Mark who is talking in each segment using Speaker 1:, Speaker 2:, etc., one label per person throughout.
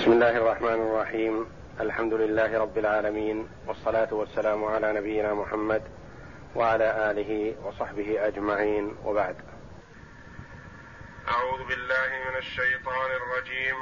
Speaker 1: بسم الله الرحمن الرحيم. الحمد لله رب العالمين، والصلاة والسلام على نبينا محمد وعلى آله وصحبه أجمعين، وبعد.
Speaker 2: أعوذ بالله من الشيطان الرجيم.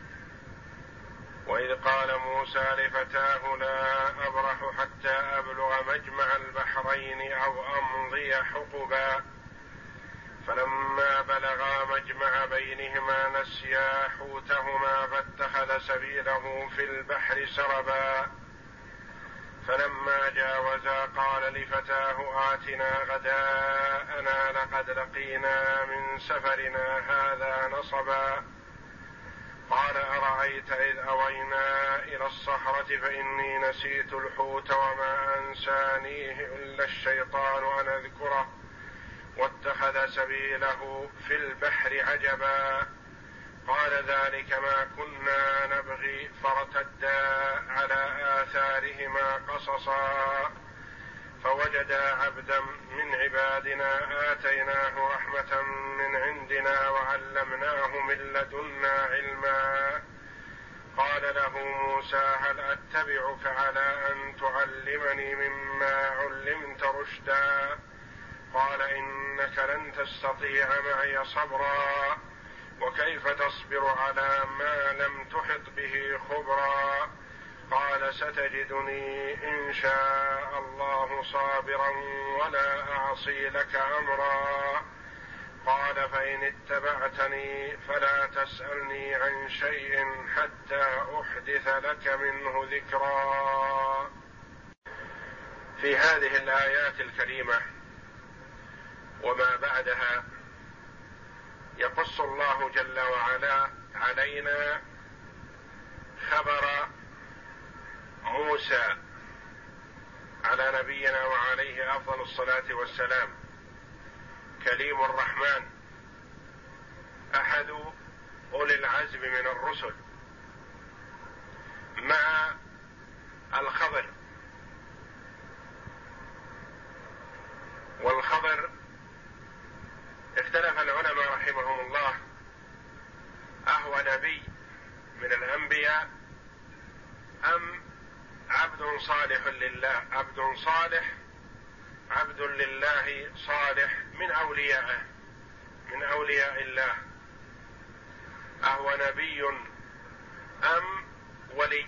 Speaker 2: وإذ قال موسى لفتاه لا أبرح حتى أبلغ مجمع البحرين أو أمضي حقبا فلما بلغا مجمع بينهما نسيا حوتهما فاتخذ سبيله في البحر سربا فلما جاوزا قال لفتاه آتنا غداءنا لقد لقينا من سفرنا هذا نصبا قال أرأيت إذ أوينا إلى الصخرة فإني نسيت الحوت وما أنسانيه إلا الشيطان أن أذكره واتخذ سبيله في البحر عجبا قال ذلك ما كنا نبغي فارتدا على آثارهما قصصا فوجدا عبدا من عبادنا آتيناه رحمة من عندنا وعلمناه من لدنا علما قال له موسى هل أتبعك على أن تعلمني مما علمت رشدا قال إنك لن تستطيع معي صبرا وكيف تصبر على ما لم تحط به خبرا قال ستجدني إن شاء الله صابرا ولا أعصي لك أمرا قال فإن اتبعتني فلا تسألني عن شيء حتى أحدث لك منه ذكرا. في هذه الآيات الكريمة وما بعدها يقص الله جل وعلا علينا خبر موسى على نبينا وعليه أفضل الصلاة والسلام كليم الرحمن أحد أولي العزم من الرسل مع الخضر. والخضر اختلف العلماء رحمهم الله أهو نبي من الأنبياء أم عبد صالح لله، عبد صالح عبد لله صالح من أوليائه من أولياء الله، أهو نبي أم ولي.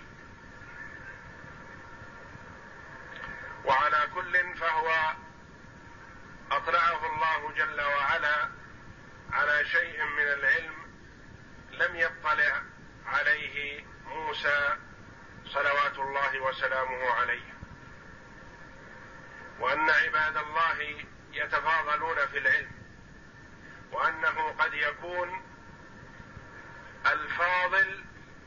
Speaker 2: وعلى كل فهو أطلعه الله جل وعلا على شيء من العلم لم يطلع عليه موسى صلوات الله وسلامه عليه، وأن عباد الله يتفاضلون في العلم، وأنه قد يكون الفاضل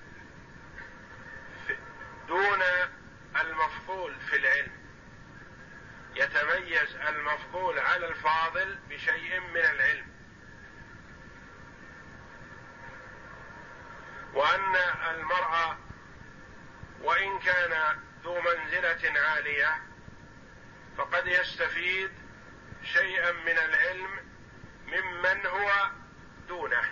Speaker 2: دون المفضول في العلم، يتميز المفضول على الفاضل بشيء من العلم، وأن المرء وإن كان ذو منزلة عالية فقد يستفيد شيئا من العلم ممن هو دونه.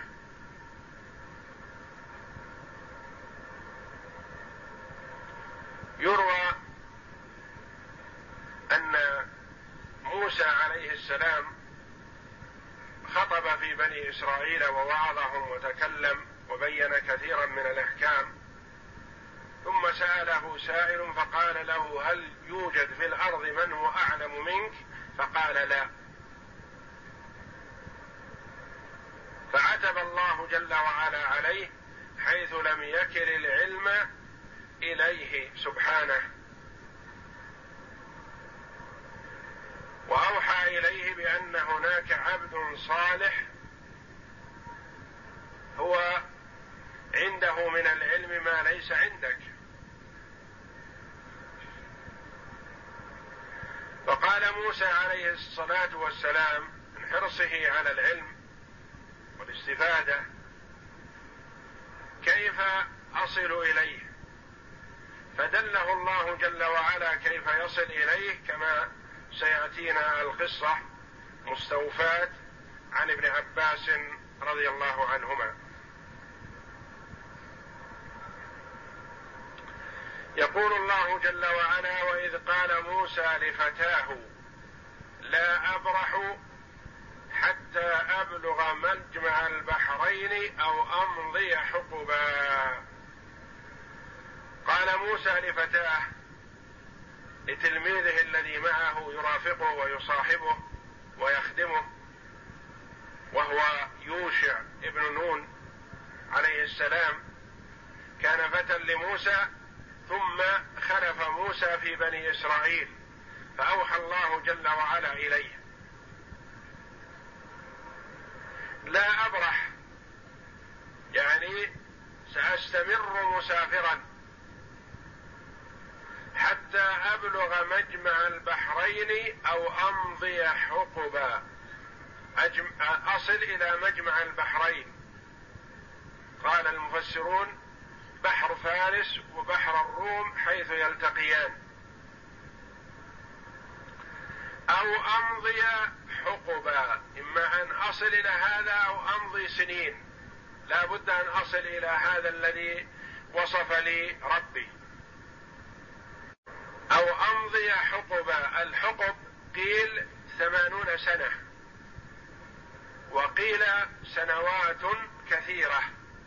Speaker 2: يروى أن موسى عليه السلام خطب في بني إسرائيل ووعظهم وتكلم وبين كثيرا من الأحكام، ثم سأله سائل فقال له هل يوجد في الأرض من هو أعلم منك؟ فقال لا، فعتب الله جل وعلا عليه حيث لم يكل العلم إليه سبحانه، وأوحى إليه بأن هناك عبد صالح هو عنده من العلم ما ليس عندك. فقال موسى عليه الصلاة والسلام من حرصه على العلم والاستفادة كيف أصل إليه؟ فدله الله جل وعلا كيف يصل إليه كما سيأتينا القصة مستوفاة عن ابن عباس رضي الله عنهما. يقول الله جل وعلا: وإذ قال موسى لفتاه لا أبرح حتى أبلغ مجمع البحرين أو أمضي حقبا. قال موسى لفتاه، لتلميذه الذي معه يرافقه ويصاحبه ويخدمه، وهو يوشع ابن نون عليه السلام، كان فتى لموسى ثم خلف موسى في بني إسرائيل، فأوحى الله جل وعلا إليه: لا أبرح، يعني سأستمر مسافرا حتى أبلغ مجمع البحرين أو أمضي حقبا، أصل إلى مجمع البحرين. قال المفسرون: بحر فارس وبحر الروم حيث يلتقيان، أو أمضي حقبا، إما أن أصل إلى هذا أو أمضي سنين، لا بد أن أصل إلى هذا الذي وصف لي ربي، أو أمضي حقبا. الحقب قيل 80 سنة، وقيل سنوات كثيرة،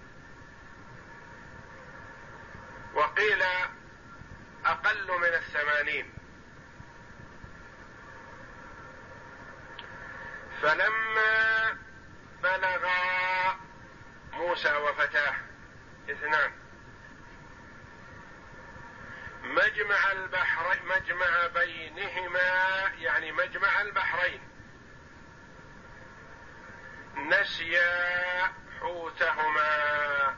Speaker 2: وقيل أقل من 80. فلما بلغا موسى وفتاه اثنان مجمع البحرين، مجمع بينهما يعني مجمع البحرين، نسيا حوتهما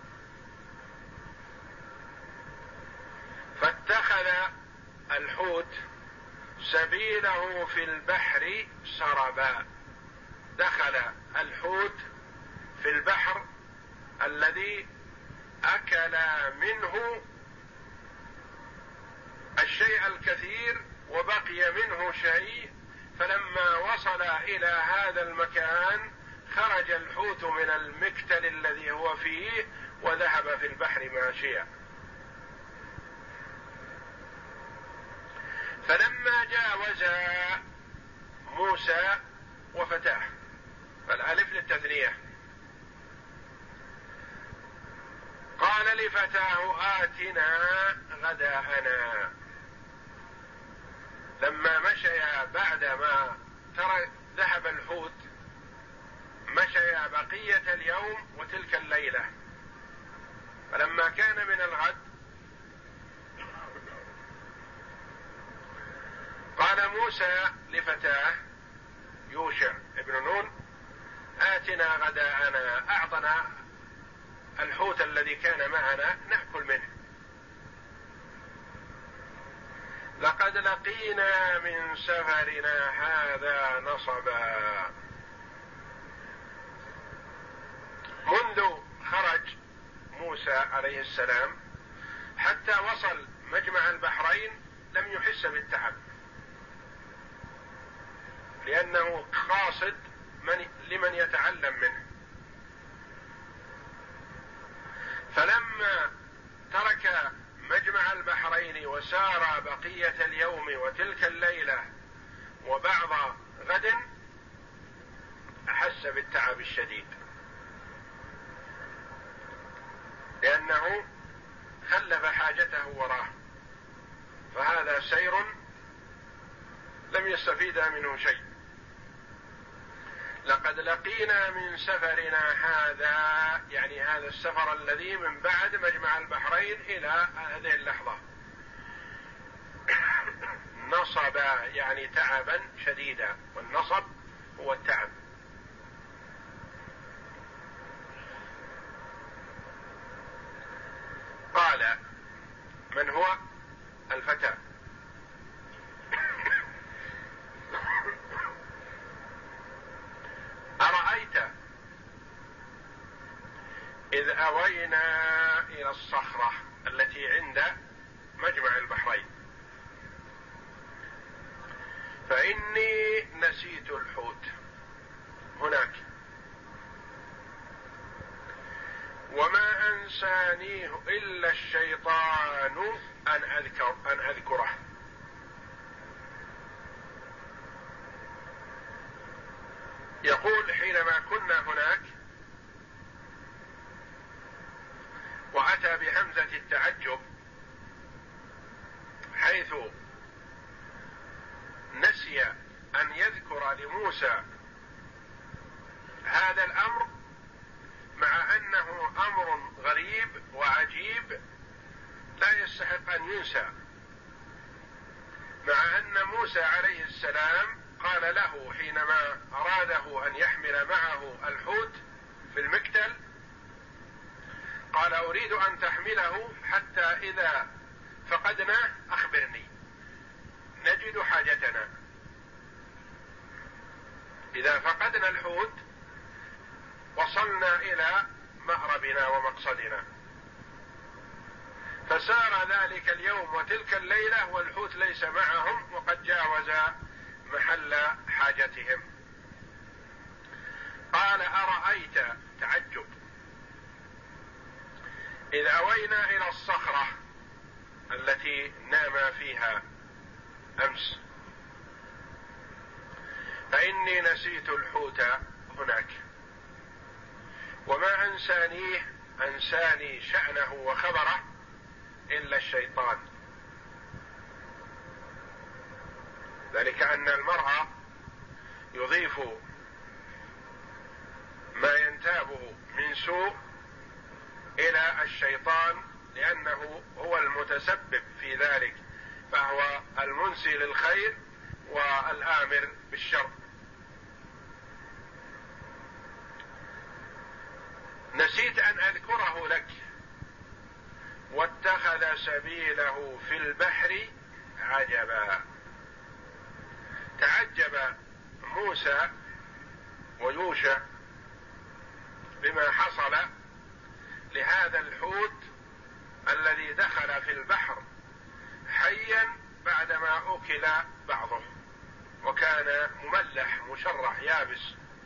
Speaker 2: فاتخذ الحوت سبيله في البحر سربا. دخل الحوت في البحر الذي أكل منه الشيء الكثير وبقي منه شيء، فلما وصل إلى هذا المكان خرج الحوت من المكتل الذي هو فيه وذهب في البحر ماشيا. فلما جاوزا موسى وفتاه، فالألف للتثنية، قال لفتاه آتنا غداءنا. لما مشيا بعدما ذهب الحوت، مشيا بقية اليوم وتلك الليلة، فلما كان من الغد قال موسى لفتاه يوشع ابن نون: آتنا غداءنا، أعطنا الحوت الذي كان معنا نأكل منه، لقد لقينا من سفرنا هذا نصبا. منذ خرج موسى عليه السلام حتى وصل مجمع البحرين لم يحس بالتعب، لأنه قاصد لمن يتعلم منه. فلما ترك مجمع البحرين وسار بقية اليوم وتلك الليلة وبعض غد، أحس بالتعب الشديد، لأنه خلف حاجته وراه، فهذا سير لم يستفيد منه شيء. لقد لقينا من سفرنا هذا، يعني هذا السفر الذي من بعد مجمع البحرين إلى هذه اللحظة، نصبا يعني تعبا شديدا، والنصب هو التعب. قال: من هو؟ الفتى. أرأيت إذ أوينا إلى الصخرة التي عند مجمع البحرين فإني نسيت الحوت هناك وما أنسانيه إلا الشيطان أن أذكره. يقول حينما كنا هناك وأتى بهمزة التعجب حيث نسي أن يذكر لموسى هذا الأمر، مع أنه أمر غريب وعجيب لا يستحق أن ينسى، مع أن موسى عليه السلام قال له حينما أراده أن يحمل معه الحوت في المكتل، قال أريد أن تحمله حتى إذا فقدناه أخبرني نجد حاجتنا، إذا فقدنا الحوت وصلنا إلى مأربنا ومقصدنا. فسار ذلك اليوم وتلك الليلة والحوت ليس معهم وقد جاوز محل حاجتهم. قال أرأيت، تعجب، إذ أوينا إلى الصخرة التي نام فيها أمس فإني نسيت الحوت هناك وما أنساني شأنه وخبره إلا الشيطان. ذلك أن المرء يضيف ما ينتابه من سوء إلى الشيطان لأنه هو المتسبب في ذلك، فهو المنسي للخير والآمر بالشر. نسيت أن أذكره لك واتخذ سبيله في البحر عجبا. تعجب موسى ويوشع بما حصل لهذا الحوت الذي دخل في البحر حيا بعدما أكل بعضه وكان مملح مشرح يابس.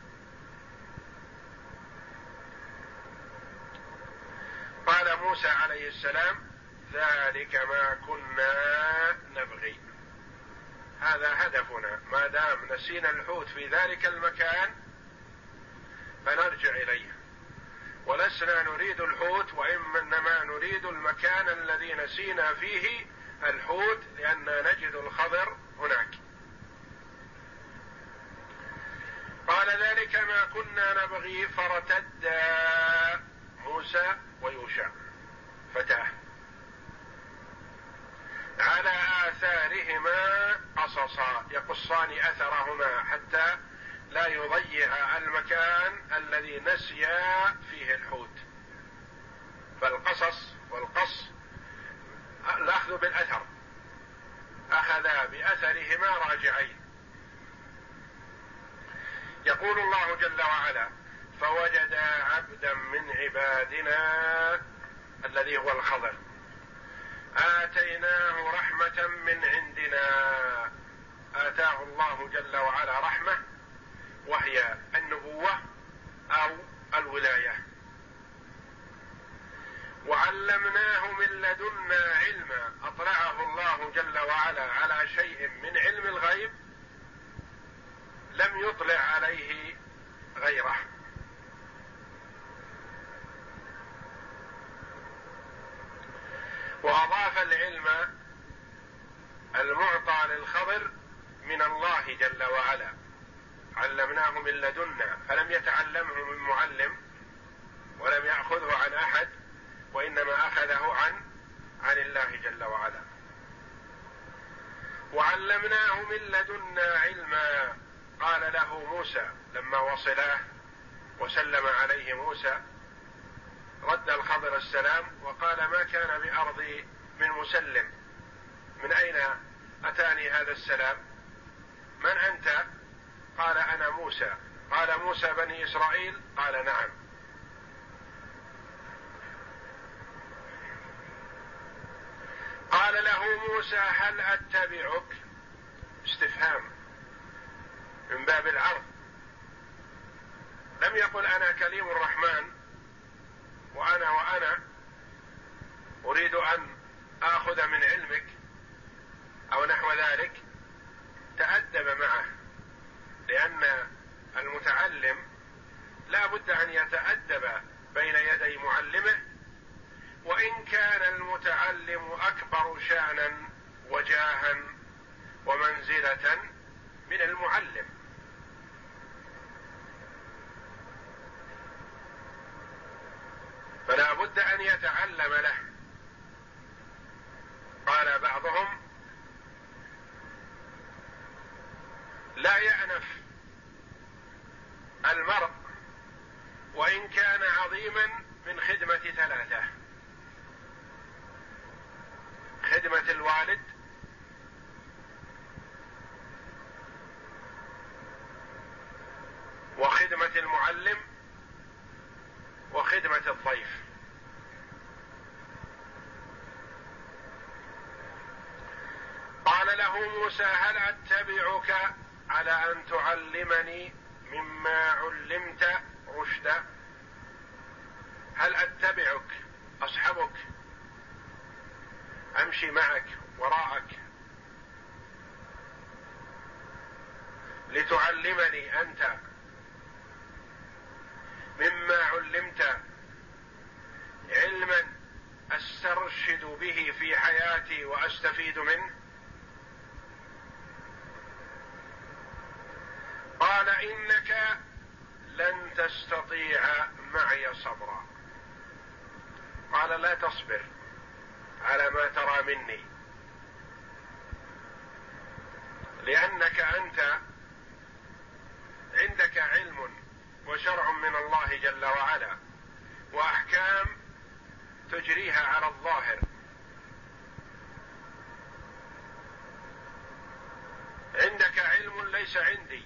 Speaker 2: قال موسى عليه السلام ذلك ما كنا نبغي، هذا هدفنا، ما دام نسينا الحوت في ذلك المكان فنرجع إليه، ولسنا نريد الحوت وإنما نريد المكان الذي نسينا فيه الحوت لأننا نجد الخضر هناك. قال ذلك ما كنا نبغي فارتدا موسى ويوشع فتاه على آثارهما قصصا، يقصان أثرهما حتى لا يضيع المكان الذي نسيا فيه الحوت. فالقصص والقص الأخذ بالأثر، أخذا بأثرهما راجعين. يقول الله جل وعلا فوجدا عبدا من عبادنا الذي هو الخضر آتيناه رحمة من عندنا. آتاه الله جل وعلا رحمة وهي النبوة أو الولاية، وعلمناه من لدنا علما، أطلعه الله جل وعلا على شيء من علم الغيب لم يطلع عليه غيره. وأضاف العلم المعطى للخضر من الله جل وعلا، علمناه من لدنا، فلم يتعلمه من معلم ولم يأخذه عن أحد وإنما أخذه عن الله جل وعلا. وعلمناه من لدنا علما. قال له موسى لما وصلاه وسلم عليه موسى رد الخضر السلام وقال ما كان بأرضي من مسلم، من أين أتاني هذا السلام؟ من أنت؟ قال أنا موسى. قال موسى بني إسرائيل؟ قال نعم. قال له موسى هل أتبعك؟ استفهام من باب العرض، لم يقل أنا كليم الرحمن وأنا أريد أن آخذ من علمك أو نحو ذلك، تأدب معه، لأن المتعلم لا بد أن يتأدب بين يدي معلمه، وإن كان المتعلم أكبر شأنا وجاها ومنزلة من المعلم. فلا بد أن يتعلم له. قال بعضهم: لا يأنف المرء وإن كان عظيما من خدمة ثلاثة: خدمة الوالد، وخدمة المعلم، وخدمة الضيف. قال له موسى: هل أتبعك على أن تعلمني مما علمت رشدا؟ هل أتبعك، أصحبك، أمشي معك وراءك لتعلمني أنت مما علمت علما أسترشد به في حياتي وأستفيد منه؟ قال: إنك لن تستطيع معي صبرا. قال: لا تصبر على ما ترى مني، لأنك أنت عندك علم وشرع من الله جل وعلا، وأحكام تجريها على الظاهر. عندك علم ليس عندي،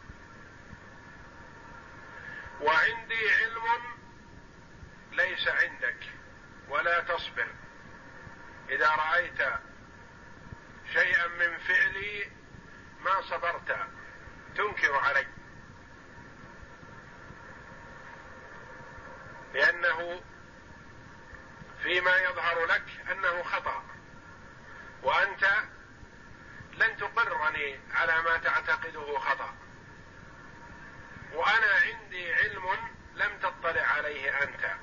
Speaker 2: وعندي علم ليس عندك، ولا تصبر. إذا رأيت شيئا من فعلي ما صبرت، تنكر علي، لأنه فيما يظهر لك أنه خطأ، وأنت لن تقرني على ما تعتقده خطأ، وأنا عندي علم لم تطلع عليه أنت،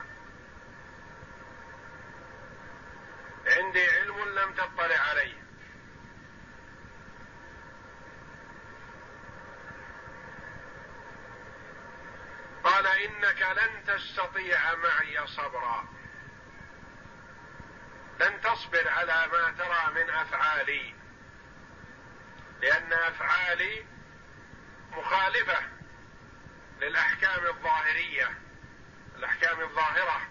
Speaker 2: عندي علم لم تطلع عليه. قال: إنك لن تستطيع معي صبرا، لن تصبر على ما ترى من أفعالي، لأن أفعالي مخالفة للأحكام الظاهرية، الأحكام الظاهرة،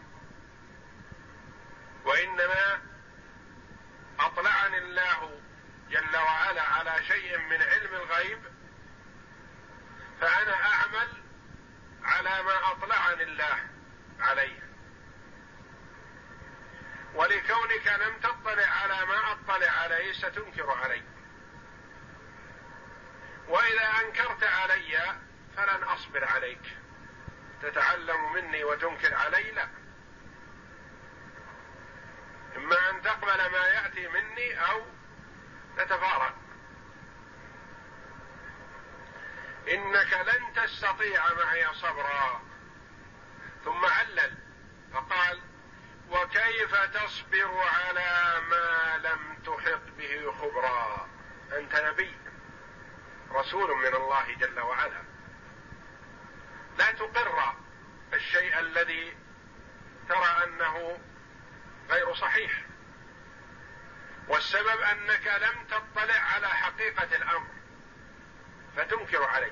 Speaker 2: وإنما أطلعني الله جل وعلا على شيء من علم الغيب، فأنا أعمل على ما أطلعني الله عليه. ولكونك لم تطلع على ما أطلع عليه ستنكر علي، وإذا أنكرت علي فلن أصبر عليك، تتعلم مني وتنكر علي؟ لا، إما أن تقبل ما يأتي مني أو تتفارق. إنك لن تستطيع معي صبرا. ثم علل فقال: وكيف تصبر على ما لم تحط به خبرا؟ أنت نبي رسول من الله جل وعلا، لا تقر الشيء الذي ترى أنه غير صحيح، والسبب أنك لم تطلع على حقيقة الأمر فتنكر عليه.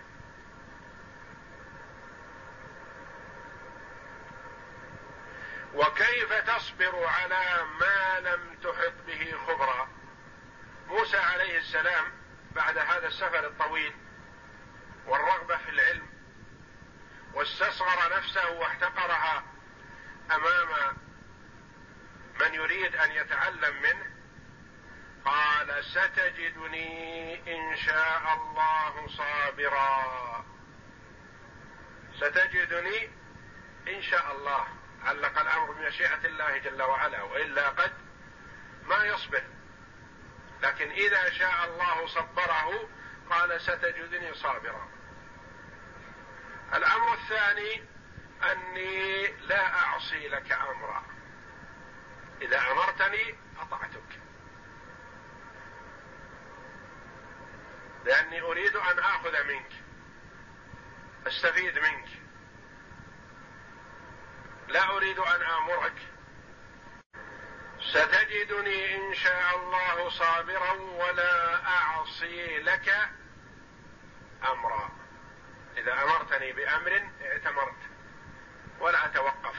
Speaker 2: وكيف تصبر على ما لم تحط به خبرا؟ موسى عليه السلام بعد هذا السفر الطويل والرغبة في العلم، واستصغر نفسه واحتقرها أمام من يريد أن يتعلم منه، قال: ستجدني إن شاء الله صابرا. ستجدني إن شاء الله، علق الأمر بمشيئة الله جل وعلا، وإلا قد ما يصبر، لكن إذا شاء الله صبره، قال ستجدني صابرا. الأمر الثاني أني لا أعصي لك أمرا، إذا أمرتني أطعتك، لأني أريد أن آخذ منك، أستفيد منك، لا أريد أن آمرك. ستجدني إن شاء الله صابرا ولا أعصي لك أمرا، إذا أمرتني بأمر ائتمرت ولا أتوقف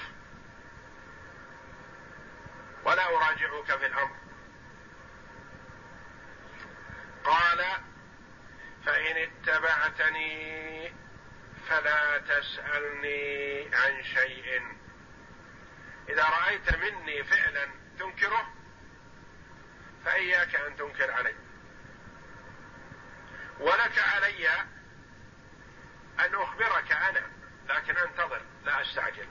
Speaker 2: ولا أراجعك في الأمر. قال فإن اتبعتني فلا تسألني عن شيء، إذا رأيت مني فعلا تنكره فإياك أن تنكر علي، ولك علي أن أخبرك أنا، لكن أنتظر لا أستعجل.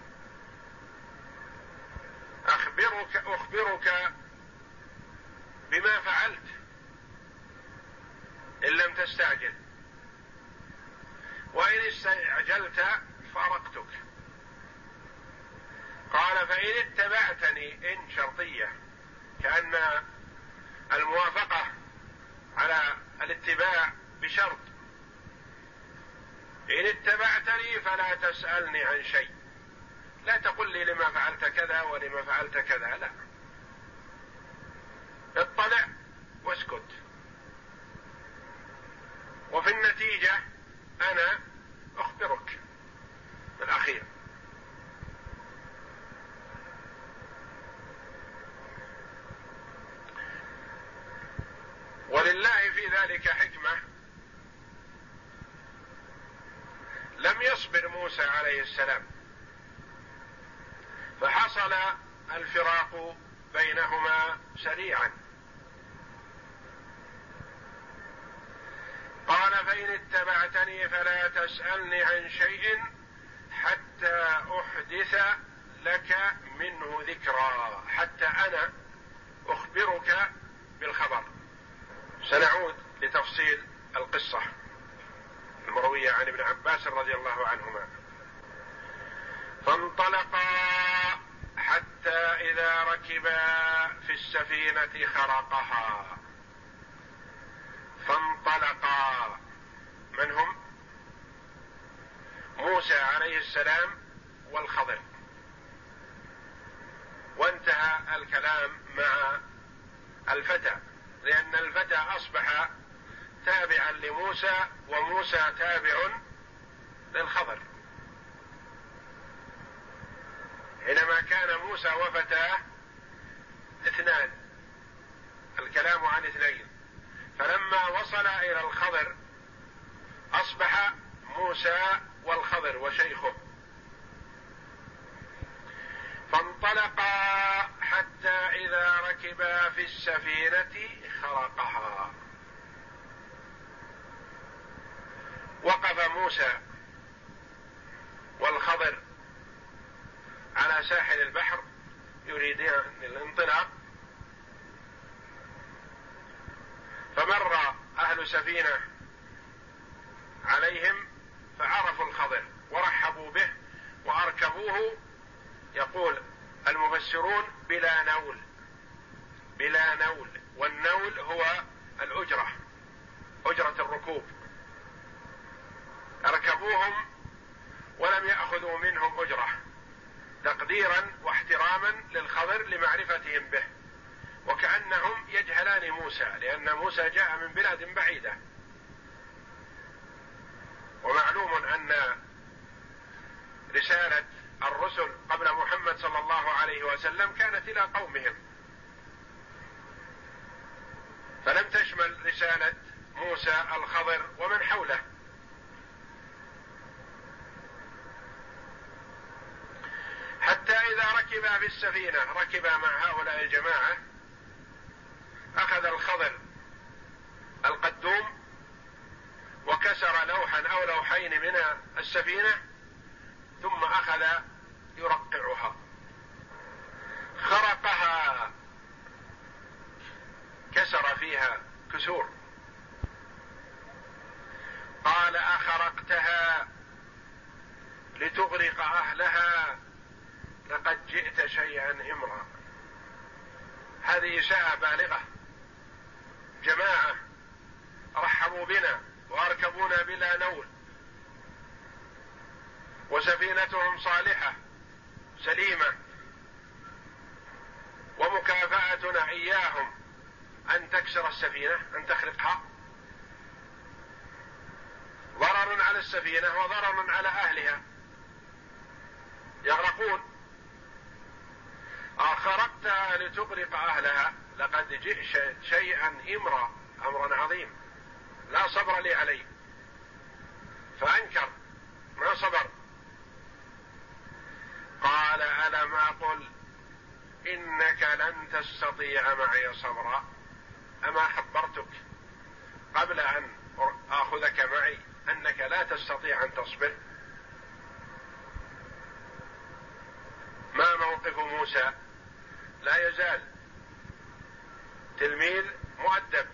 Speaker 2: أخبرك بما فعلت إن لم تستعجل، وإن استعجلت فارقتك. قال فإن اتبعتني، إن شرطية، كأن الموافقة على الاتباع بشرط. إن اتبعتني فلا تسألني عن شيء، لا تقل لي لما فعلت كذا ولما فعلت كذا، لا، اطلع واسكت، وفي النتيجة أنا أخبرك بالأخير. ولله في ذلك حكمة، لم يصبر موسى عليه السلام، فحصل الفراق بينهما سريعا. قال فإن اتبعتني فلا تسألني عن شيء حتى أحدث لك منه ذكرى، حتى أنا أخبرك بالخبر. سنعود لتفصيل القصة المروية عن ابن عباس رضي الله عنهما. فانطلقا حتى إذا ركبا في السفينة خرقها. فانطلقا، من هم؟ موسى عليه السلام والخضر. وانتهى الكلام مع الفتى، لأن الفتى أصبح تابعا لموسى، وموسى تابع للخضر. حينما كان موسى وفتاه اثنان، الكلام عن اثنين، فلما وصل إلى الخضر أصبح موسى والخضر وشيخه. فانطلقا حتى إذا ركبا في السفينة خرقها. وقف موسى والخضر على ساحل البحر يريدان الانطلاق، فمر أهل سفينة عليهم فعرفوا الخضر ورحبوا به وأركبوه. يقول المفسرون بلا نول، بلا نول، والنول هو الأجرة، أجرة الركوب. أركبوهم ولم يأخذوا منهم أجرة، تقديرا واحتراما للخضر لمعرفتهم به، وكأنهم يجهلان موسى، لأن موسى جاء من بلاد بعيدة، ومعلوم أن رسالة الرسل قبل محمد صلى الله عليه وسلم كانت إلى قومهم، فلم تشمل رسالة موسى الخضر ومن حوله. حتى إذا ركبا في السفينة، ركبا مع هؤلاء الجماعة، أخذ الخضر القدوم وكسر لوحا أو لوحين من السفينة، ثم أخذ يرقعها فيها كسور. قال أخرقتها لتغرق أهلها لقد جئت شيئا إمرا. هذه إساءة بالغة. جماعة رحبوا بنا وأركبونا بلا نول وسفينتهم صالحة سليمة، ومكافأتنا إياهم أن تكسر السفينة، أن تخرقها، ضرر على السفينة وضرر على أهلها يغرقون. أخرقتها لتغرق أهلها لقد جئت شيئا إمرا، أمرا عظيم لا صبر لي عليه. فأنكر، ما صبر. قال ألم أقل إنك لن تستطيع معي صبرا؟ أما خبرتك قبل أن آخذك معي أنك لا تستطيع أن تصبر؟ ما موقف موسى؟ لا يزال تلميذ مؤدب.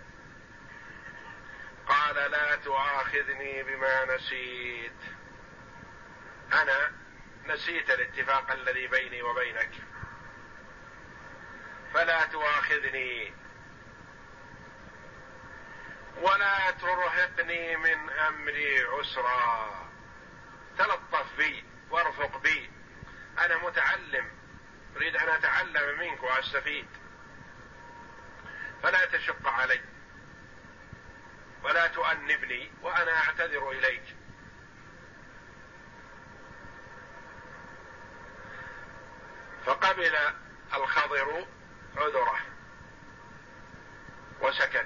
Speaker 2: قال لا تؤاخذني بما نسيت، أنا نسيت الاتفاق الذي بيني وبينك، فلا تؤاخذني ولا ترهقني من أمري عسرا. تلطف بي وارفق بي، أنا متعلم، أريد أن أتعلم منك وأستفيد، فلا تشق علي ولا تؤنبني وأنا أعتذر إليك. فقبل الخضر عذره وسكت.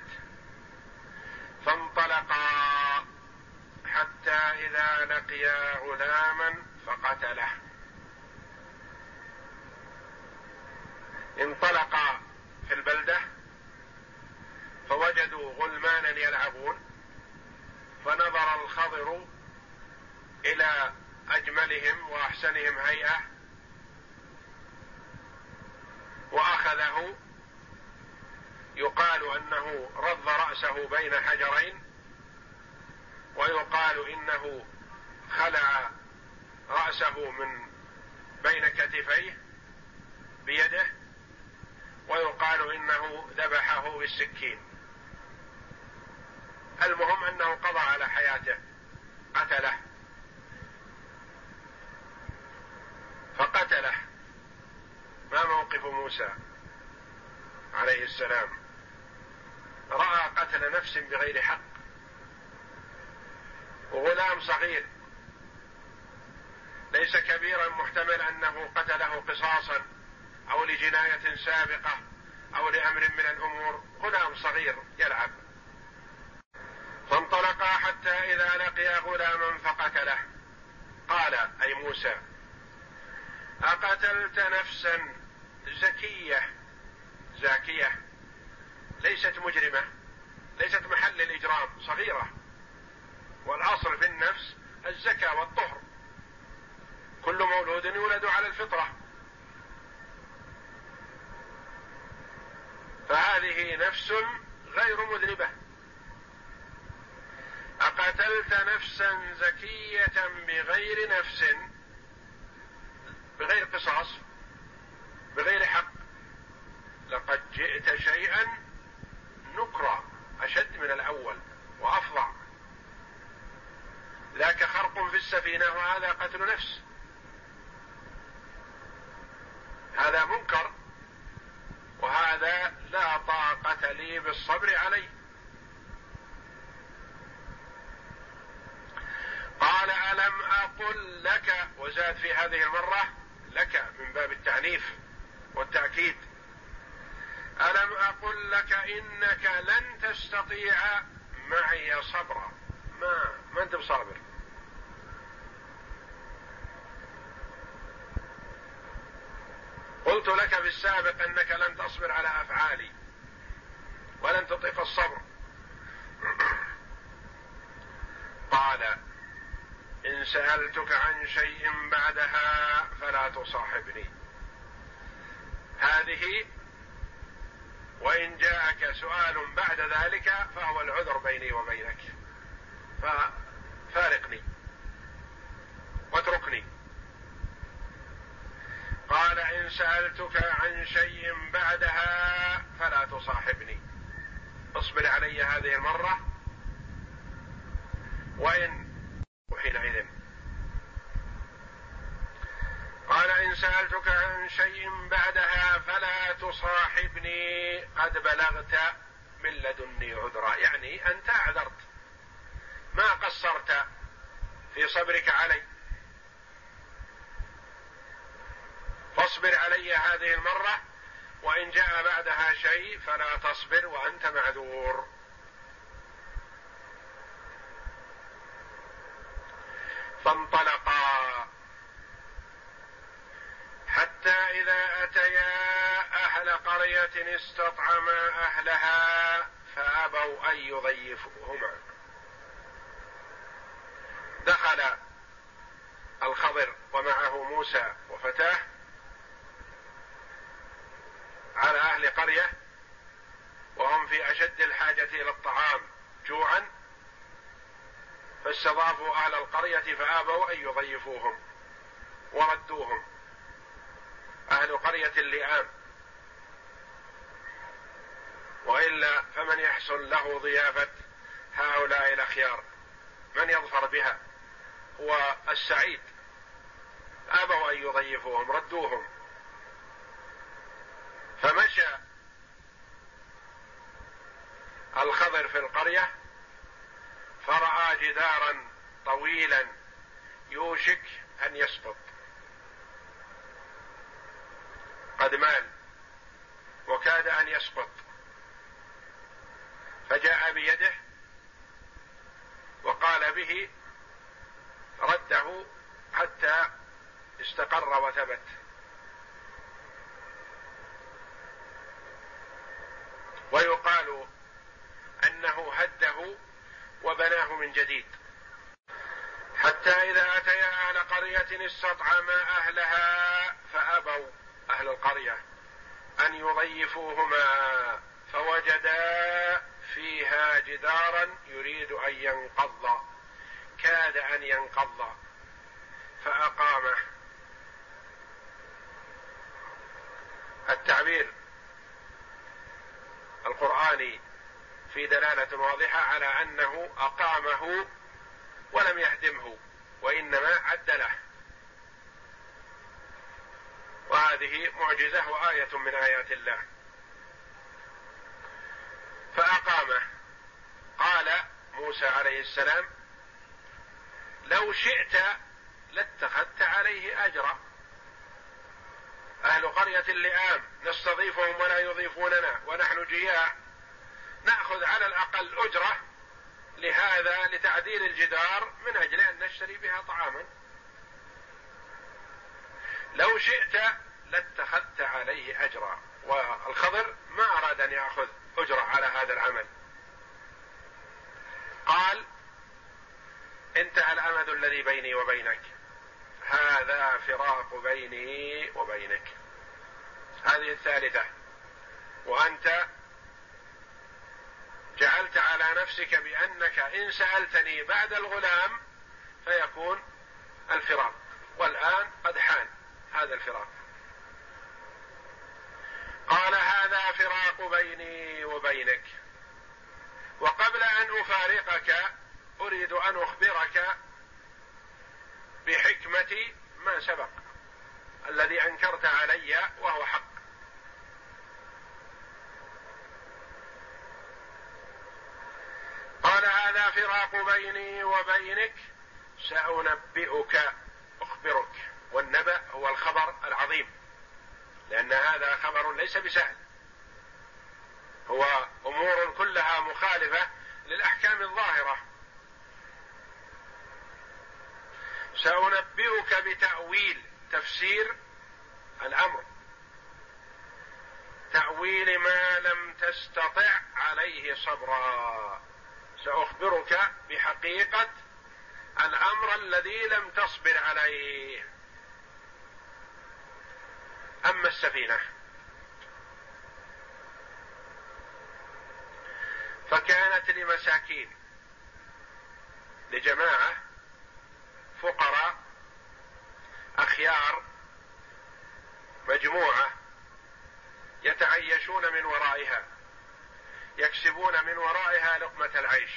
Speaker 2: فانطلقا حتى إذا لقيا غلاما فقتله. انطلقا في البلدة فوجدوا غلمانا يلعبون، فنظر الخضر إلى أجملهم وأحسنهم هيئة وأخذه. يقال أنه رض رأسه بين حجرين، ويقال إنه خلع رأسه من بين كتفيه بيده، ويقال إنه ذبحه بالسكين. المهم أنه قضى على حياته، قتله. فقتله. ما موقف موسى عليه السلام؟ رأى قتل نفس بغير حق، وغلام صغير ليس كبيرا محتمل أنه قتله قصاصا أو لجناية سابقة أو لأمر من الأمور، غلام صغير يلعب. فانطلقا حتى إذا لقيا غلاما فقتله. قال أي موسى أقتلت نفسا زاكية ليست مجرمة، ليست محل الإجرام، صغيرة، والأصل في النفس الزكاة والطهر، كل مولود يولد على الفطرة، فهذه نفس غير مذنبة. أقتلت نفسا زكية بغير نفس، بغير قصاص، بغير حق، لقد جئت شيئا نكرا، أشد من الأول وأفظع. ذاك خرق في السفينة وهذا قتل نفس، هذا منكر، وهذا لا طاقة لي بالصبر عليه. قال ألم أقل لك، وزاد في هذه المرة لك من باب التعنيف والتأكيد، ألم أقل لك إنك لن تستطيع معي صبرا؟ ما أنت بصابر. قلت لك في السابق أنك لن تصبر على أفعالي ولن تطيق الصبر. قال إن سألتك عن شيء بعدها فلا تصاحبني. هذه وإن جاءك سؤال بعد ذلك فهو العذر بيني وبينك، ففارقني واتركني. قال إن سألتك عن شيء بعدها فلا تصاحبني، اصبر علي هذه المرة وحينئذ. قال إن سألتك عن شيء بعدها فلا تصاحبني قد بلغت من لدني عذرا، يعني أنت أعذرت، ما قصرت في صبرك علي، فاصبر علي هذه المرة، وإن جاء بعدها شيء فلا تصبر وأنت معذور. فانطلقا حتى إذا أتيا أهل قرية استطعما أهلها فأبوا أن يضيفوهما. دخل الخضر ومعه موسى وفتاه على أهل قرية وهم في أشد الحاجة إلى الطعام جوعا، فاستضافوا أهل القرية فأبوا أن يضيفوهم وردوهم، أهل قرية اللئام، وإلا فمن يحصل له ضيافة هؤلاء الأخيار؟ من يظفر بها هو السعيد. أبوا أن يضيفوهم، ردوهم. فمشى الخضر في القرية فرأى جدارا طويلا يوشك أن يسقط، قد مال وكاد أن يسقط، فجاء بيده وقال به رده حتى استقر وثبت. ويقال أنه هده وبناه من جديد. حتى إذا أتيا أهل قرية استطعما أهلها فأبوا أهل القرية أن يضيفوهما فوجدا فيها جدارا يريد أن ينقض، كاد أن ينقض فأقامه. التعبير القرآني في دلالة واضحة على أنه أقامه ولم يهدمه وإنما عدله، وهذه معجزة وآية من آيات الله. فأقامه. قال موسى عليه السلام لو شئت لاتخذت عليه أجرا، أهل قرية اللئام نستضيفهم ولا يضيفوننا ونحن جياع، نأخذ على الأقل أجرة لهذا لتعديل الجدار من أجل أن نشتري بها طعاما. لو شئت لاتخذت عليه أجرا، والخضر ما أراد أن يأخذ أجرة على هذا العمل. قال انتهى الأمد الذي بيني وبينك، هذا فراق بيني وبينك. هذه الثالثة. وأنت جعلت على نفسك بأنك إن سألتني بعد الغلام فيكون الفراق، والآن قد حان هذا الفراق. قال هذا فراق بيني وبينك، وقبل أن أفارقك أريد أن أخبرك بحكمة ما سبق الذي أنكرت علي وهو حق. قال هذا فراق بيني وبينك سأنبئك، أخبرك، والنبأ هو الخبر العظيم، لأن هذا خبر ليس بسهل، هو أمور كلها مخالفة للأحكام الظاهرة. سأنبئك بتأويل، تفسير الأمر، تأويل ما لم تستطع عليه صبرا. سأخبرك بحقيقة الأمر الذي لم تصبر عليه. أما السفينة فكانت لمساكين، لجماعة فقراء أخيار، مجموعة يتعيشون من ورائها، يكسبون من ورائها لقمة العيش،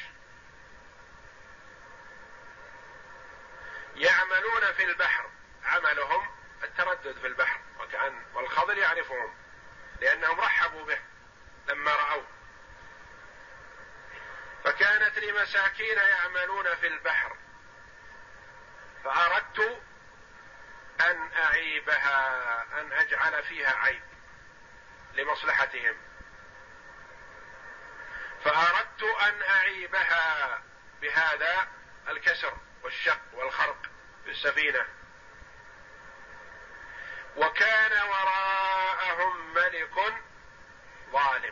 Speaker 2: يعملون في البحر، عملهم التردد في البحر، والخضر يعرفهم لأنهم رحبوا به لما رأوه. فكانت لمساكين يعملون في البحر فأردت أن أعيبها، أن أجعل فيها عيب لمصلحتهم، فأردت أن أعيبها بهذا الكسر والشق والخرق في السفينة. وكان وراءهم ملك ظالم،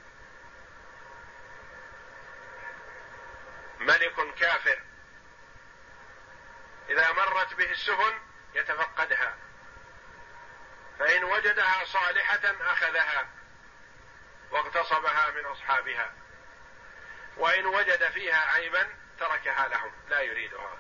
Speaker 2: ملك كافر، إذا مرت به السفن يتفقدها، فإن وجدها صالحة أخذها واغتصبها من أصحابها، وإن وجد فيها عيبا تركها لهم، لا يريدها.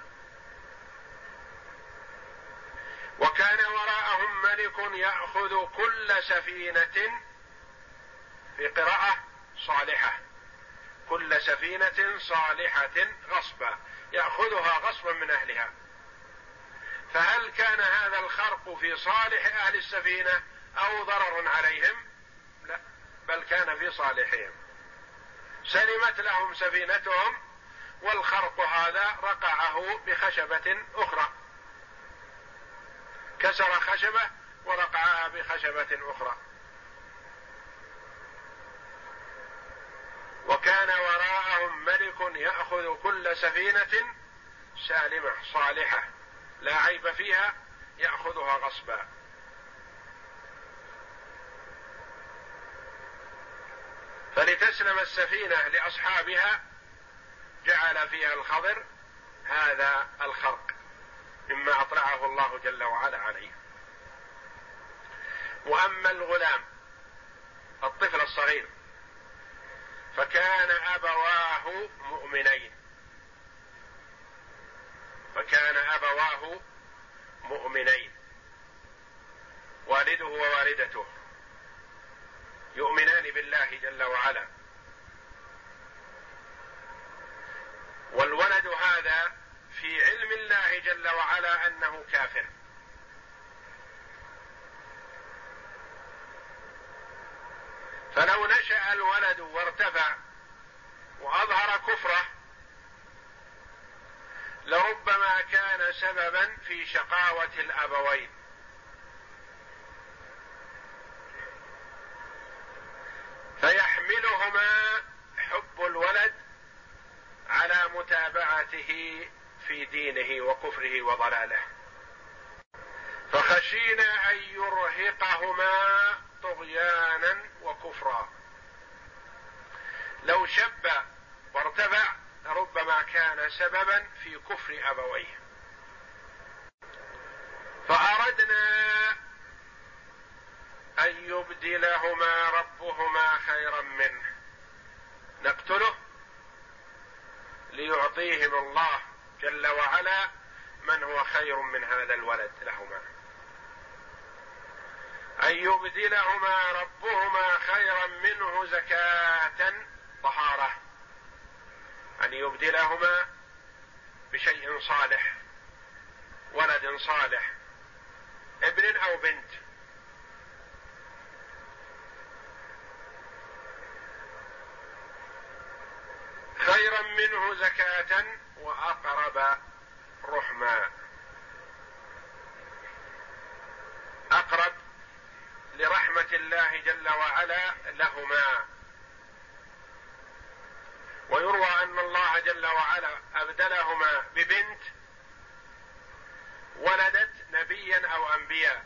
Speaker 2: وكان وراءهم ملك يأخذ كل سفينة، في قراءة صالحة، كل سفينة صالحة غصبا، يأخذها غصبا من أهلها. فهل كان هذا الخرق في صالح أهل السفينة أو ضرر عليهم؟ لا، بل كان في صالحهم، سلمت لهم سفينتهم، والخرق هذا رقعه بخشبة أخرى، كسر خشبة ورقعها بخشبة أخرى. وكان وراءهم ملك يأخذ كل سفينة سالمة صالحة لا عيب فيها، يأخذها غصبا. فلتسلم السفينة لأصحابها جعل فيها الخضر هذا الخرق مما أطلعه الله جل وعلا عليه. وأما الغلام الطفل الصغير فكان أبواه مؤمنين، فكان أبواه مؤمنين، والده ووالدته يؤمنان بالله جل وعلا، والولد هذا في علم الله جل وعلا أنه كافر، فلو نشأ الولد وارتفع وأظهر كفره لربما كان سببا في شقاوة الأبوين، فيحملهما حب الولد على متابعته في دينه وكفره وضلاله، فخشينا أن يرهقهما طغيانا وكفرا. لو شب وارتفع ربما كان سببا في كفر أبويه، فأردنا أن يبدلهما ربهما خيرا منه، نقتله ليعطيهم الله جل وعلا من هو خير من هذا الولد لهما، أن يبدلهما ربهما خيرا منه زكاة طهارة، أن يبدلهما بشيء صالح، ولد صالح، ابن أو بنت، خيرا منه زكاة وأقرب رحما، أقرب لرحمة الله جل وعلا لهما. ويروى أن الله جل وعلا أبدلهما ببنت ولدت نبيا أو أنبياء،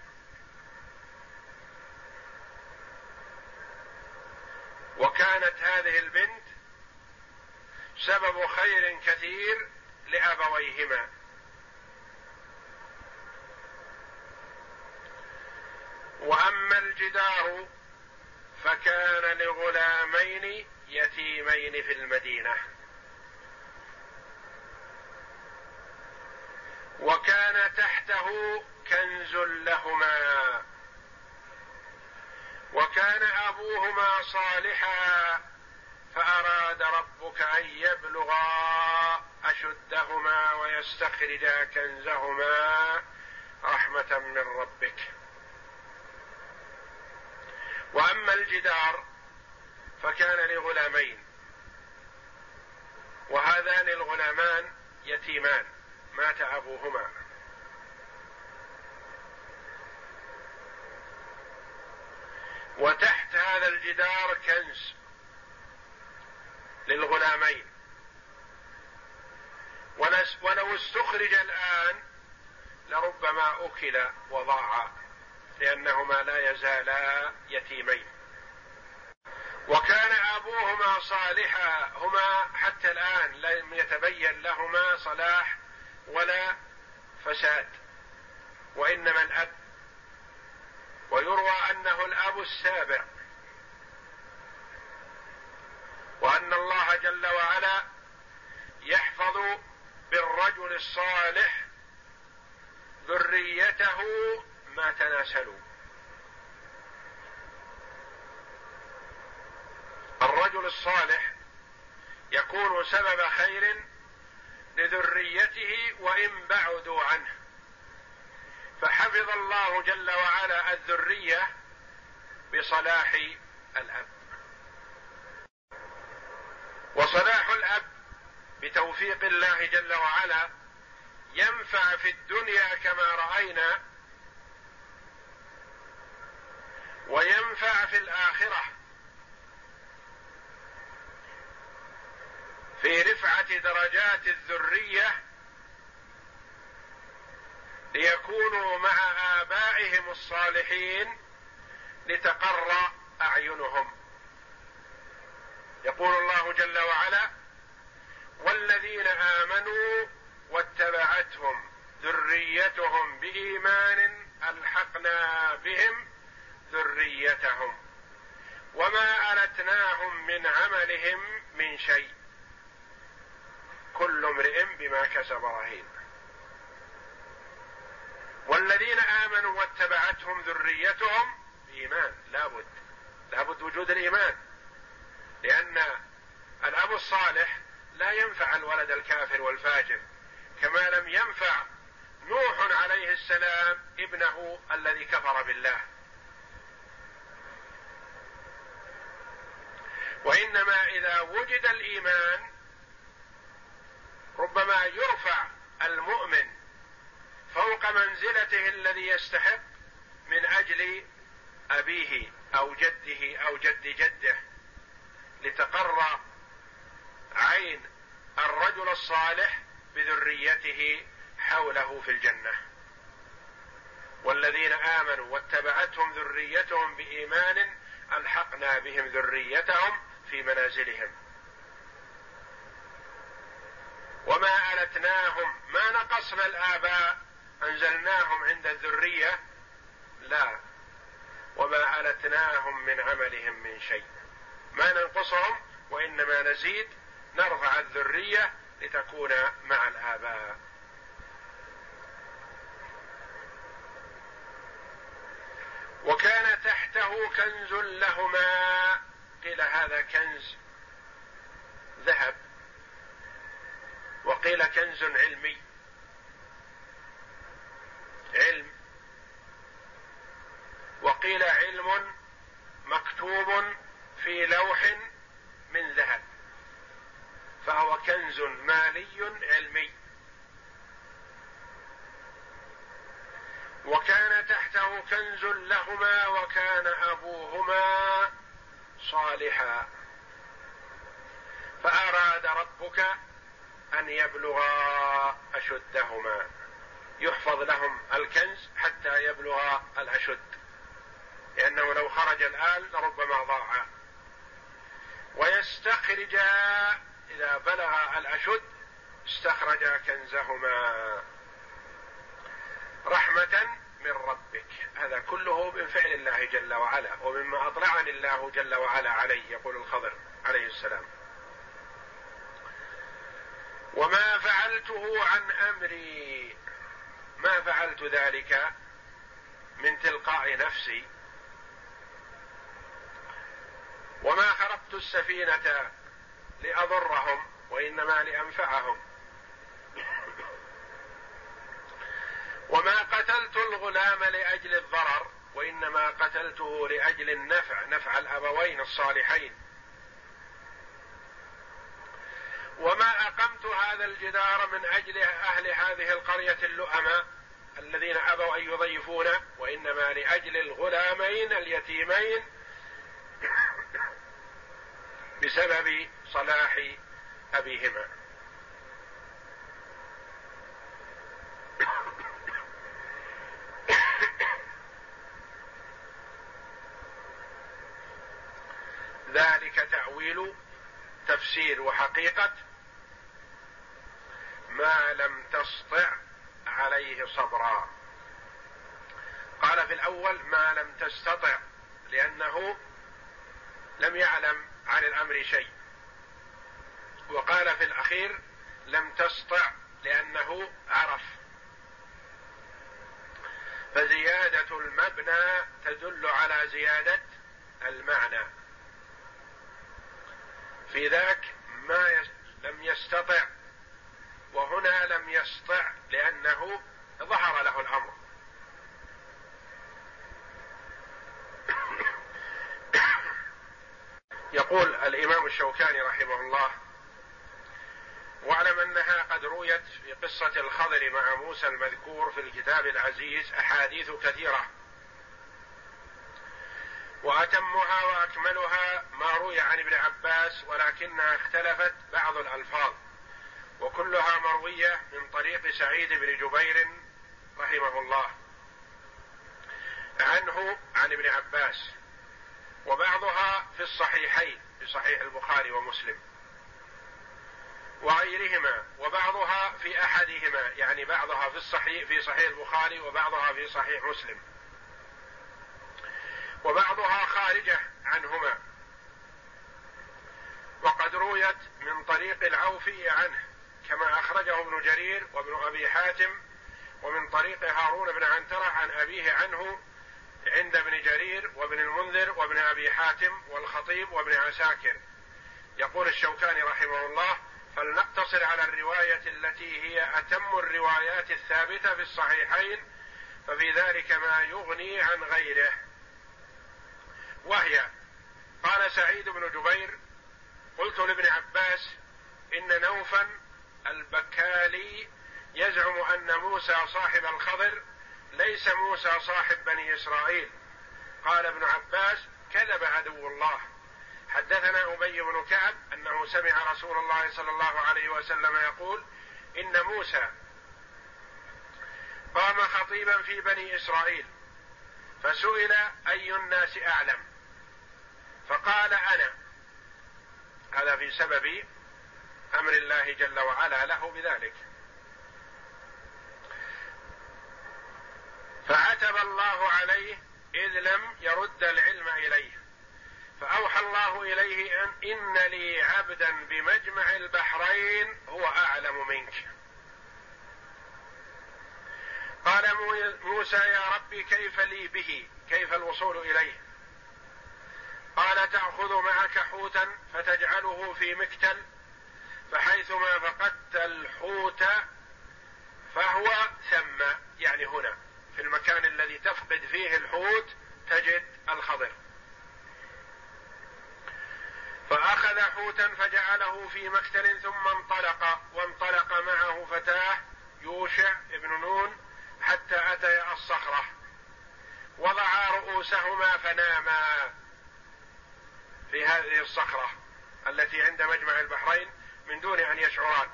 Speaker 2: وكانت هذه البنت سبب خير كثير لأبويهما. وأما الجدار فكان لغلامين يتيمين في المدينة وكان تحته كنز لهما وكان أبوهما صالحا فأراد ربك أن يبلغا أشدهما ويستخرجا كنزهما رحمة من ربك. وأما الجدار فكان لغلامين، وهذان الغلامان يتيمان مات أبوهما، وتحت هذا الجدار كنز للغلامين، ولو استخرج الآن لربما أكل وضاع لأنهما لا يزالا يتيمين. وكان أبوهما صالحا، هما حتى الآن لم يتبين لهما صلاح ولا فساد، وإنما الأب، ويروى أنه الأب السابع، وأن الله جل وعلا يحفظ بالرجل الصالح ذريته ما تناسلوا. الرجل الصالح يكون سبب خير لذريته وإن بعدوا عنه، فحفظ الله جل وعلا الذرية بصلاح الأب. وصلاح الأب بتوفيق الله جل وعلا ينفع في الدنيا كما رأينا، وينفع في الآخرة في رفعة درجات الذرية ليكونوا مع آبائهم الصالحين لتقر أعينهم. يقول الله جل وعلا: والذين آمنوا واتبعتهم ذريتهم بإيمان ألحقنا بهم ذريتهم وما ألتناهم من عملهم من شيء كل امرئ بما كسب رهين. والذين آمنوا واتبعتهم ذريتهم بإيمان، لابد وجود الإيمان، لأن الأب الصالح لا ينفع الولد الكافر والفاجر، كما لم ينفع نوح عليه السلام ابنه الذي كفر بالله. وإنما إذا وجد الإيمان ربما يرفع المؤمن فوق منزلته الذي يستحق من أجل أبيه أو جده أو جد جده، لتقر عين الرجل الصالح بذريته حوله في الجنة. والذين آمنوا واتبعتهم ذريتهم بإيمان ألحقنا بهم ذريتهم في منازلهم وما ألتناهم، ما نقصنا الآباء أنزلناهم عند الذرية، لا، وما ألتناهم من عملهم من شيء، ما ننقصهم وإنما نزيد، نرفع الذرية لتكون مع الآباء. وكان تحته كنز لهما، قيل هذا كنز ذهب، وقيل كنز علمي، علم، وقيل علم مكتوب في لوح من ذهب، فهو كنز مالي علمي. وكان تحته كنز لهما وكان أبوهما صالحا فأراد ربك أن يبلغا أشدهما، يحفظ لهم الكنز حتى يبلغا الأشد، لأنه لو خرج الآن لربما ضاع، ويستخرجا إذا بلغ الأشد استخرجا كنزهما رحمة من ربك. هذا كله من فعل الله جل وعلا، ومما أطلعني الله جل وعلا عليه. يقول الخضر عليه السلام: وما فعلته عن أمري، ما فعلت ذلك من تلقاء نفسي، وما خرقت السفينة لأضرهم وإنما لأنفعهم، وما قتلت الغلام لأجل الضرر وإنما قتلته لأجل النفع، نفع الأبوين الصالحين، وما أقمت هذا الجدار من أجل أهل هذه القرية اللؤماء الذين أبوا أن يضيفونا، وإنما لأجل الغلامين اليتيمين بسبب صلاح أبيهما. ذلك تأويل تفسير وحقيقة ما لم تسطع عليه صبرا. قال في الأول ما لم تستطع لأنه لم يعلم عن الأمر شيء، وقال في الأخير لم تسطع لأنه عرف. فزيادة المبنى تدل على زيادة المعنى. في ذاك لم يستطع، وهنا لم يستطع لأنه ظهر له الأمر. يقول الإمام الشوكاني رحمه الله: واعلم أنها قد رويت في قصة الخضر مع موسى المذكور في الكتاب العزيز أحاديث كثيرة، وأتمها وأكملها ما روي عن ابن عباس، ولكنها اختلفت بعض الألفاظ، وكلها مروية من طريق سعيد بن جبير رحمه الله عنه عن ابن عباس، وبعضها في الصحيحين في صحيح البخاري ومسلم وغيرهما، وبعضها في أحدهما، يعني بعضها في صحيح البخاري وبعضها في صحيح مسلم، وبعضها خارجة عنهما. وقد رويت من طريق العوفي عنه كما أخرجه ابن جرير وابن أبي حاتم، ومن طريق هارون بن عنترة عن أبيه عنه عند ابن جرير وابن المنذر وابن أبي حاتم والخطيب وابن عساكر. يقول الشوكاني رحمه الله: فلنقتصر على الرواية التي هي أتم الروايات الثابتة في الصحيحين، ففي ذلك ما يغني عن غيره. وهي: قال سعيد بن جبير: قلت لابن عباس إن نوفا البكالي يزعم أن موسى صاحب الخضر ليس موسى صاحب بني إسرائيل. قال ابن عباس: كذب عدو الله. حدثنا أبي بن كعب أنه سمع رسول الله صلى الله عليه وسلم يقول: إن موسى قام خطيبا في بني إسرائيل فسئل أي الناس أعلم فقال أنا. هذا في سبب أمر الله جل وعلا له بذلك. فعتب الله عليه إذ لم يرد العلم إليه، فأوحى الله إليه إن لي عبدا بمجمع البحرين هو أعلم منك. قال موسى: يا ربي كيف لي به، كيف الوصول إليه؟ قال: تأخذ معك حوتا فتجعله في مكتل، فحيثما فقدت الحوت فهو ثم، يعني هنا في المكان الذي تفقد فيه الحوت تجد الخضر. فأخذ حوتا فجعله في مكتل ثم وانطلق معه فتاه يوشع ابن نون حتى أتيا الصخرة، وضعا رؤوسهما فناما في هذه الصخرة التي عند مجمع البحرين من دون أن يشعران،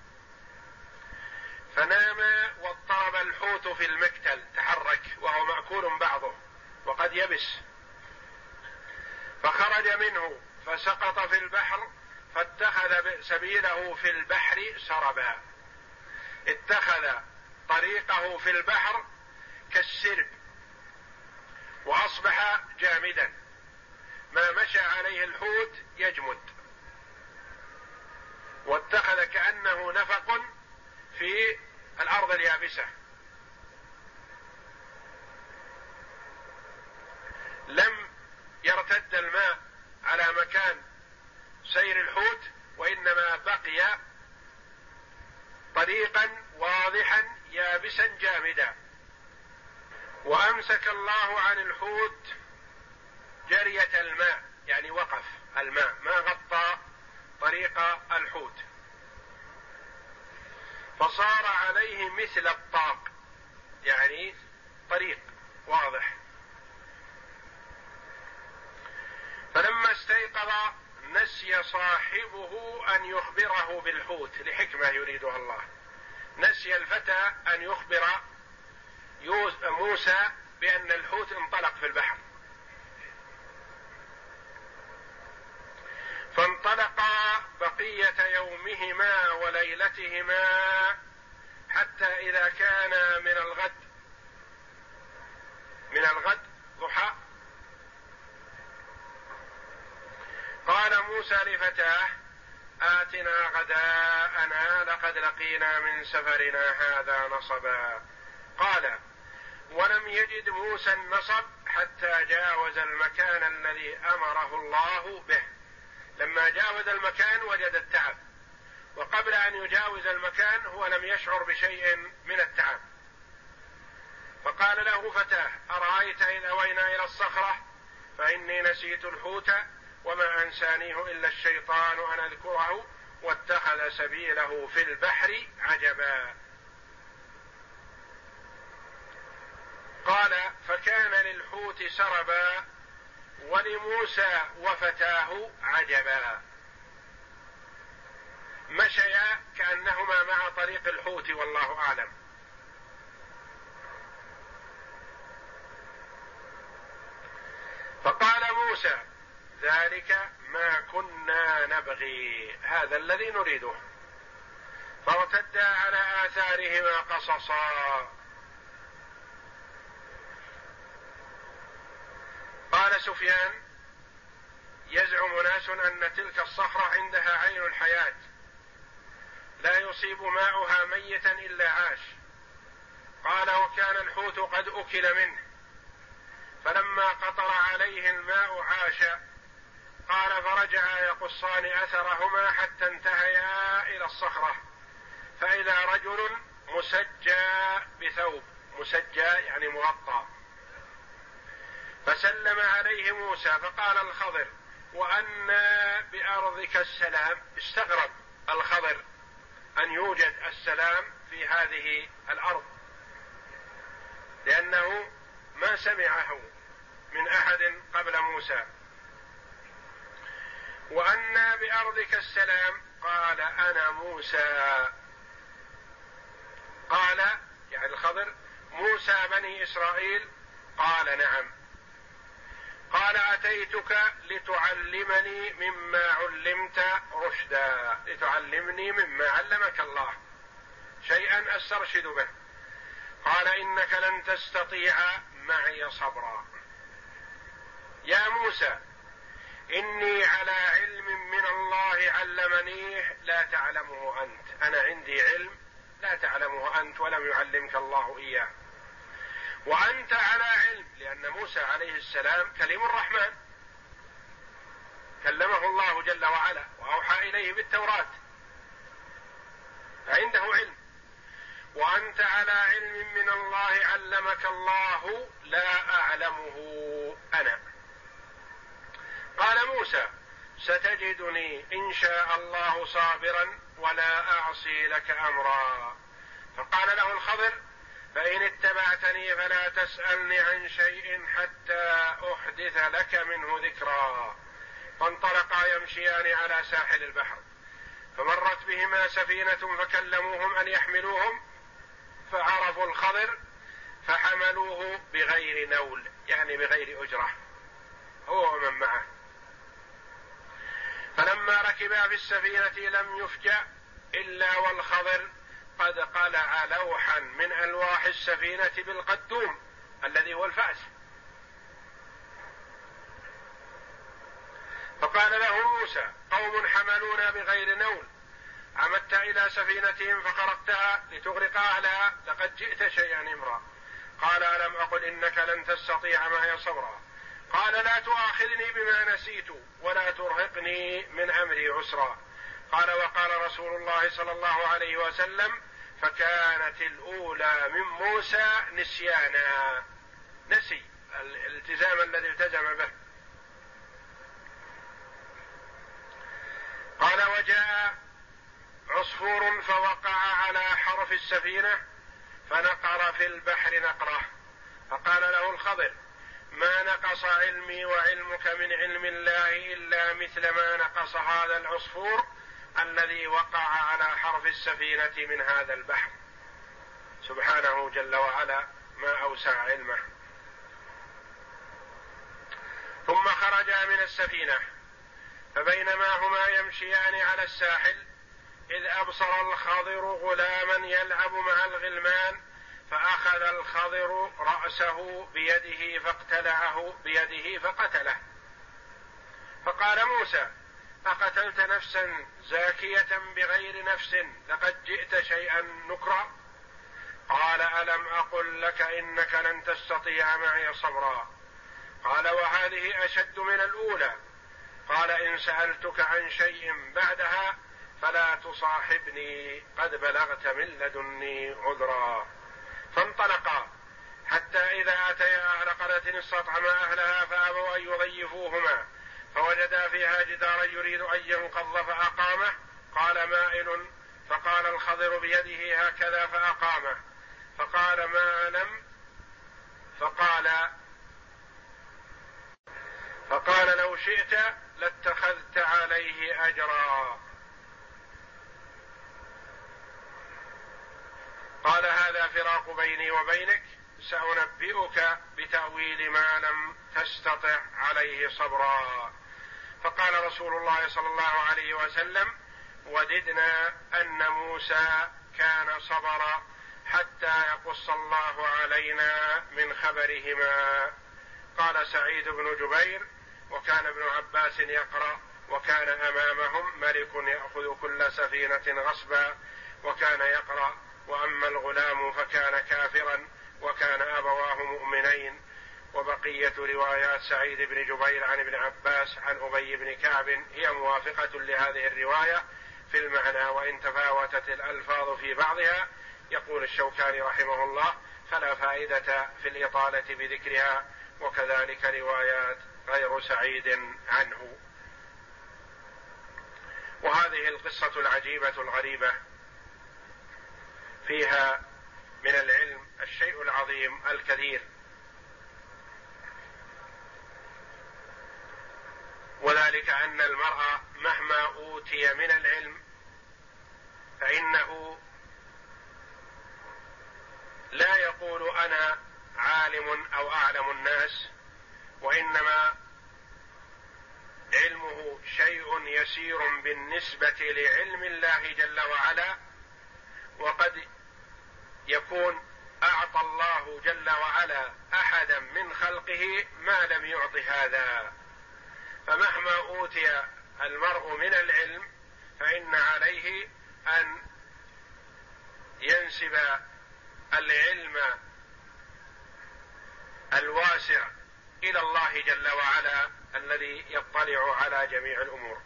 Speaker 2: فناما واضطرب الحوت في المكتل، تحرك وهو مأكول بعضه وقد يبس، فخرج منه فسقط في البحر، فاتخذ سبيله في البحر سربا، اتخذ طريقه في البحر كالسرب وأصبح جامدا، ما مشى عليه الحوت يجمد واتخذ كأنه نفق في الأرض اليابسة. لم يرتد الماء على مكان سير الحوت، وإنما بقي طريقا واضحا يابسا جامدا. وأمسك الله عن الحوت جرية الماء، يعني وقف الماء، ما غطى طريق الحوت، فصار عليه مثل الطاق، يعني طريق واضح. فلما استيقظ نسي صاحبه أن يخبره بالحوت، لحكمة يريدها الله. نسي الفتى أن يخبر موسى بأن الحوت انطلق في البحر، فانطلقا بقية يومهما وليلتهما حتى إذا كان من الغد ضحى، قال موسى لفتاه: آتنا غداءنا لقد لقينا من سفرنا هذا نصبا. قال: ولم يجد موسى النصب حتى جاوز المكان الذي أمره الله به. لما جاوز المكان وجد التعب، وقبل أن يجاوز المكان هو لم يشعر بشيء من التعب. فقال له فتاه: أرأيت إذ أوينا إلى الصخرة فإني نسيت الحوت وما أنسانيه إلا الشيطان أن أذكره واتخذ سبيله في البحر عجبا. قال: فكان للحوت سربا ولموسى وفتاه عجبا. مشيا كأنهما مع طريق الحوت والله أعلم. فقال موسى: ذلك ما كنا نبغي، هذا الذي نريده. فارتدا على آثارهما قصصا. قال سفيان: يزعم ناس أن تلك الصخرة عندها عين الحياة لا يصيب ماؤها ميتا إلا عاش. قال: وكان الحوت قد أكل منه، فلما قطر عليه الماء عاش. قال: فرجعا يقصان أثرهما حتى انتهيا إلى الصخرة، فإذا رجل مسجى بثوب، مسجى يعني مغطى، فسلم عليه موسى. فقال الخضر: وأنى بأرضك السلام. استغرب الخضر أن يوجد السلام في هذه الأرض، لأنه ما سمعه من أحد قبل موسى. وأنى بأرضك السلام. قال: أنا موسى. قال يعني الخضر: موسى بني إسرائيل؟ قال: نعم. قال: أتيتك لتعلمني مما علمت رشدا. لتعلمني مما علمك الله، شيئا أسترشد به. قال: إنك لن تستطيع معي صبرا. يا موسى، إني على علم من الله علمنيه لا تعلمه أنت. أنا عندي علم لا تعلمه أنت ولم يعلمك الله إياه. وأنت على علم، لأن موسى عليه السلام كليم الرحمن، كلمه الله جل وعلا وأوحى إليه بالتوراة، فعنده علم. وأنت على علم من الله علمك الله لا أعلمه أنا. قال موسى: ستجدني إن شاء الله صابرا ولا أعصي لك أمرا. فقال له الخضر: فإن اتبعتني فلا تسألني عن شيء حتى أحدث لك منه ذكرا. فانطلقا يمشيان على ساحل البحر، فمرت بهما سفينة فكلموهم أن يحملوهم، فعرفوا الخضر فحملوه بغير نول، يعني بغير أجرة، هو ومن معه. فلما ركبا في السفينة لم يفجأ إلا والخضر قد قلع لوحا من ألواح السفينة بالقدوم الذي هو الفأس. فقال له موسى: قوم حملونا بغير نول، عمدت إلى سفينتهم فخرقتها لتغرق أهلها، لقد جئت شيئا إمرا. قال: ألم أقل إنك لن تستطيع معي صبرا. قال: لا تؤاخذني بما نسيت ولا ترهقني من أمري عسرا. قال: وقال رسول الله صلى الله عليه وسلم: فكانت الأولى من موسى نسيانا، نسي الالتزام الذي التزم به. قال: وجاء عصفور فوقع على حرف السفينة فنقر في البحر نقره، فقال له الخضر: ما نقص علمي وعلمك من علم الله إلا مثل ما نقص هذا العصفور الذي وقع على حرف السفينة من هذا البحر. سبحانه جل وعلا ما أوسع علمه. ثم خرجا من السفينة، فبينما هما يمشيان على الساحل إذ أبصر الخضر غلاما يلعب مع الغلمان، فأخذ الخضر رأسه بيده فاقتلعه بيده فقتله. فقال موسى: أقتلت نفسا زاكية بغير نفس لقد جئت شيئا نكرا. قال: ألم أقل لك إنك لن تستطيع معي صبرا. قال: وهذه أشد من الأولى. قال: إن سألتك عن شيء بعدها فلا تصاحبني، قد بلغت من لدني عذرا. فانطلقا حتى إذا أتيا أهل قرية استطعما أهلها فأبوا أن يضيفوهما، فوجدا فيها جدارا يريد أن ينقض فأقامه. قال: مائل. فقال الخضر بيده هكذا فأقامه. فقال: ما لم. فقال: لو شئت لاتخذت عليه أجرا. قال: هذا فراق بيني وبينك، سأنبئك بتأويل ما لم تستطع عليه صبرا. فقال رسول الله صلى الله عليه وسلم: وددنا أن موسى كان صبر حتى يقص الله علينا من خبرهما. قال سعيد بن جبير: وكان ابن عباس يقرأ: وكان أمامهم ملك يأخذ كل سفينة غصبا، وكان يقرأ: وأما الغلام فكان كافرا وكان أبواه مؤمنين. وبقية روايات سعيد بن جبير عن ابن عباس عن أبي بن كعب هي موافقة لهذه الرواية في المعنى، وإن تفاوتت الألفاظ في بعضها. يقول الشوكاني رحمه الله: فلا فائدة في الإطالة بذكرها، وكذلك روايات غير سعيد عنه. وهذه القصة العجيبة الغريبة فيها من العلم الشيء العظيم الكثير، وذلك أن المرء مهما أوتي من العلم فإنه لا يقول أنا عالم أو أعلم الناس، وإنما علمه شيء يسير بالنسبة لعلم الله جل وعلا، وقد يكون أعطى الله جل وعلا أحدا من خلقه ما لم يعط هذا. فمهما أوتي المرء من العلم فإن عليه أن ينسب العلم الواسع إلى الله جل وعلا الذي يطلع على جميع الأمور.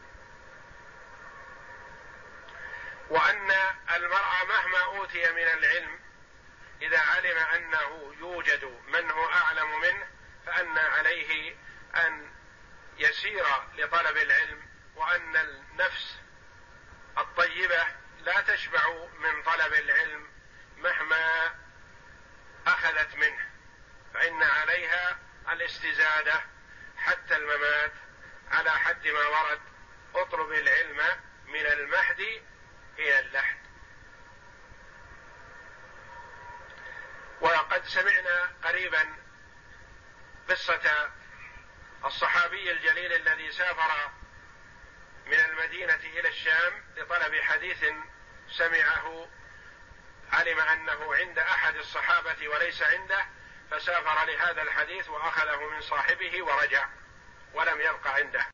Speaker 2: وأن المرء مهما أوتي من العلم إذا علم أنه يوجد من هو أعلم منه فأن عليه أن يسير لطلب العلم، وأن النفس الطيبة لا تشبع من طلب العلم مهما أخذت منه، فإن عليها الاستزادة حتى الممات، على حد ما ورد: اطلب العلم من المهد إلى اللحد. وقد سمعنا قريبا قصة الصحابي الجليل الذي سافر من المدينة إلى الشام لطلب حديث سمعه علم أنه عند أحد الصحابة وليس عنده، فسافر لهذا الحديث وأخذه من صاحبه ورجع ولم يبق عنده.